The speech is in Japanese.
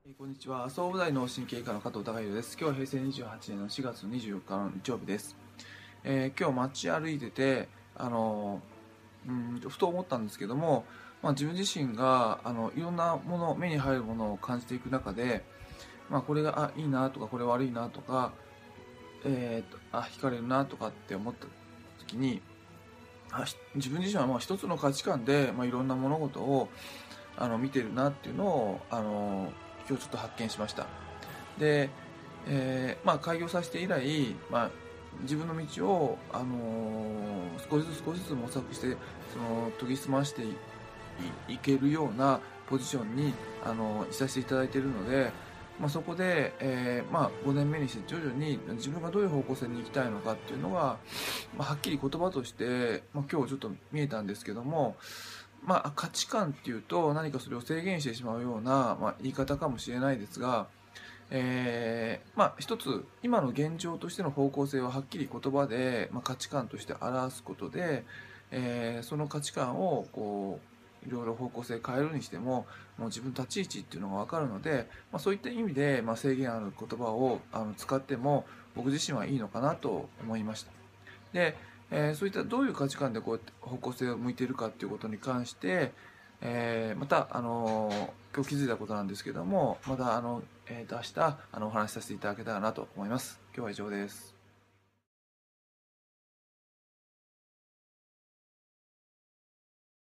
こんにちは。総武大脳神経科の加藤孝弘です。今日は平成28年の4月24日の日曜日です。今日街歩いてて、ふと思ったんですけども、自分自身がいろんなもの、目に入るものを感じていく中で、これがいいなとか、これ悪いなとか、惹かれるなとかって思った時に、自分自身は一つの価値観で、いろんな物事を見てるなっていうのを今日ちょっと発見しました。で、開業させて以来、自分の道を、少しずつ模索して研ぎ澄ましていけるようなポジションにいさせていただいているので、そこで、5年目にして徐々に自分がどういう方向性に行きたいのかっていうのが、はっきり言葉として、今日ちょっと見えたんですけども、価値観っていうと何かそれを制限してしまうような、言い方かもしれないですが、一つ今の現状としての方向性をはっきり言葉で、価値観として表すことで、その価値観をいろいろ方向性変えるにしても、もう自分立ち位置っていうのが分かるので、そういった意味で、制限ある言葉を使っても僕自身はいいのかなと思いました。で、そういったどういう価値観でこうやって方向性を向いているかっていうことに関して、また、今日気づいたことなんですけども、また、明日、お話しさせていただけたらなと思います。今日は以上です。